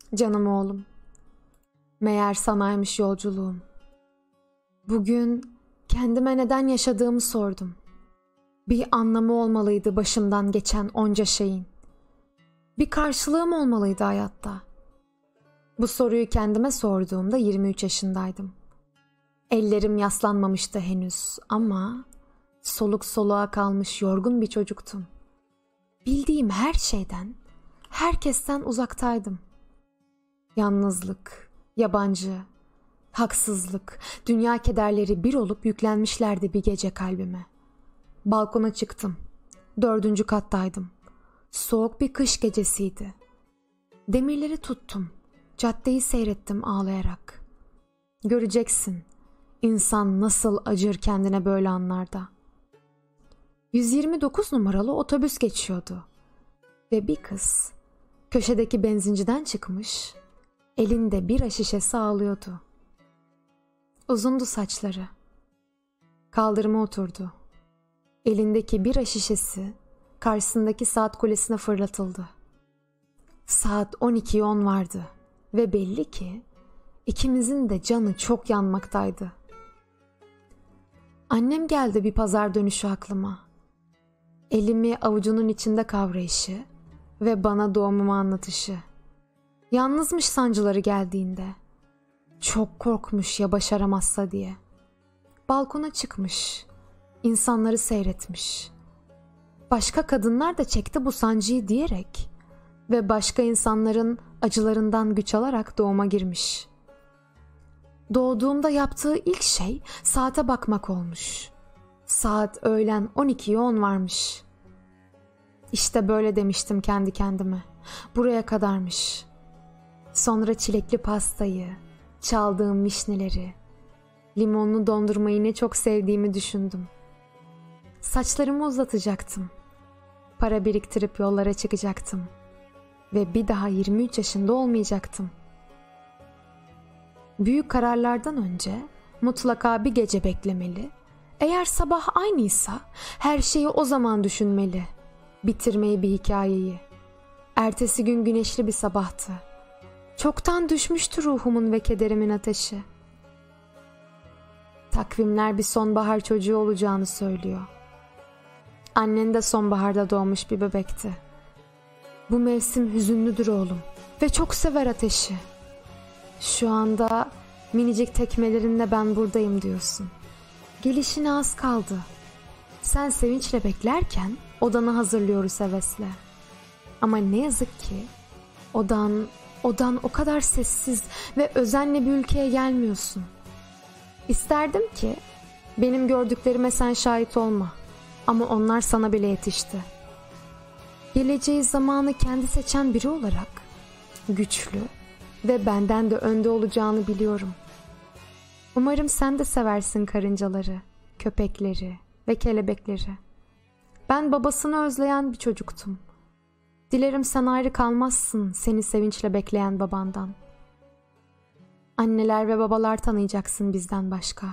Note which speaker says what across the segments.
Speaker 1: Canım oğlum, meğer sanaymış yolculuğum. Bugün kendime neden yaşadığımı sordum. Bir anlamı olmalıydı başımdan geçen onca şeyin. Bir karşılığım olmalıydı hayatta. Bu soruyu kendime sorduğumda 23 yaşındaydım. Ellerim yaslanmamıştı henüz ama soluk soluğa kalmış yorgun bir çocuktum. Bildiğim her şeyden, herkesten uzaktaydım. Yalnızlık, yabancı, haksızlık, dünya kederleri bir olup yüklenmişlerdi bir gece kalbime. Balkona çıktım. 4. kattaydım. Soğuk bir kış gecesiydi. Demirleri tuttum. Caddeyi seyrettim ağlayarak. Göreceksin, insan nasıl acır kendine böyle anlarda. 129 numaralı otobüs geçiyordu. Ve bir kız köşedeki benzinciden çıkmış, elinde bira şişesi ağlıyordu. Uzundu saçları. Kaldırıma oturdu. Elindeki bira şişesi karşısındaki saat kulesine fırlatıldı. Saat 12:10 vardı ve belli ki ikimizin de canı çok yanmaktaydı. Annem geldi bir pazar dönüşü aklıma. Elimi avucunun içinde kavrayışı ve bana doğumumu anlatışı. Yalnızmış sancıları geldiğinde. Çok korkmuş ya başaramazsa diye. Balkona çıkmış, insanları seyretmiş. Başka kadınlar da çekti bu sancıyı diyerek ve başka insanların acılarından güç alarak doğuma girmiş. Doğduğumda yaptığı ilk şey saate bakmak olmuş. Saat öğlen 12:10 varmış. İşte böyle demiştim kendi kendime. Buraya kadarmış. Sonra çilekli pastayı, çaldığım vişneleri, limonlu dondurmayı ne çok sevdiğimi düşündüm. Saçlarımı uzatacaktım. Para biriktirip yollara çıkacaktım. Ve bir daha 23 yaşında olmayacaktım. Büyük kararlardan önce mutlaka bir gece beklemeli. Eğer sabah aynıysa her şeyi o zaman düşünmeli. Bitirmeyi bir hikayeyi. Ertesi gün güneşli bir sabahtı. Çoktan düşmüştü ruhumun ve kederimin ateşi. Takvimler bir sonbahar çocuğu olacağını söylüyor. Annen de sonbaharda doğmuş bir bebekti. Bu mevsim hüzünlüdür oğlum ve çok sever ateşi. Şu anda minicik tekmelerinle ben buradayım diyorsun. Gelişine az kaldı. Sen sevinçle beklerken odanı hazırlıyoruz hevesle. Ama ne yazık ki odan o kadar sessiz ve özenle bir ülkeye gelmiyorsun. İsterdim ki benim gördüklerime sen şahit olma. Ama onlar sana bile yetişti. Geleceği zamanı kendi seçen biri olarak güçlü ve benden de önde olacağını biliyorum. Umarım sen de seversin karıncaları, köpekleri ve kelebekleri. Ben babasını özleyen bir çocuktum. Dilerim sen ayrı kalmazsın seni sevinçle bekleyen babandan. Anneler ve babalar tanıyacaksın bizden başka.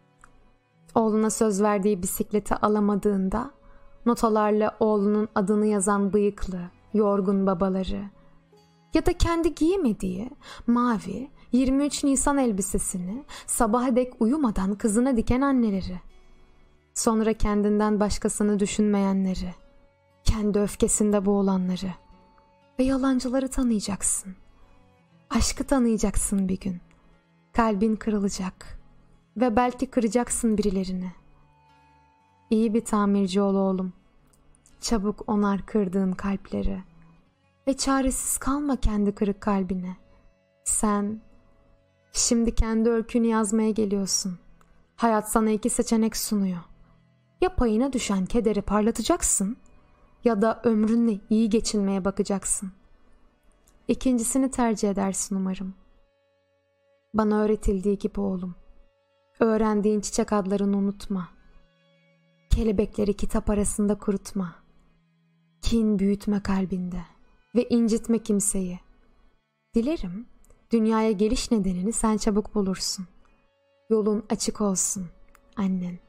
Speaker 1: Oğluna söz verdiği bisikleti alamadığında notalarla oğlunun adını yazan bıyıklı, yorgun babaları ya da kendi giyemediği mavi 23 Nisan elbisesini sabaha dek uyumadan kızına diken anneleri, sonra kendinden başkasını düşünmeyenleri, kendi öfkesinde boğulanları ve yalancıları tanıyacaksın. Aşkı tanıyacaksın bir gün. Kalbin kırılacak ve belki kıracaksın birilerini. İyi bir tamirci ol oğlum. Çabuk onar kırdığın kalpleri ve çaresiz kalma kendi kırık kalbine. Sen şimdi kendi öykünü yazmaya geliyorsun. Hayat sana 2 seçenek sunuyor. Ya payına düşen kederi parlatacaksın ya da ömrünle iyi geçinmeye bakacaksın. İkincisini tercih edersin umarım. Bana öğretildiği gibi oğlum. Öğrendiğin çiçek adlarını unutma. Kelebekleri kitap arasında kurutma. Kin büyütme kalbinde ve incitme kimseyi. Dilerim dünyaya geliş nedenini sen çabuk bulursun. Yolun açık olsun annen.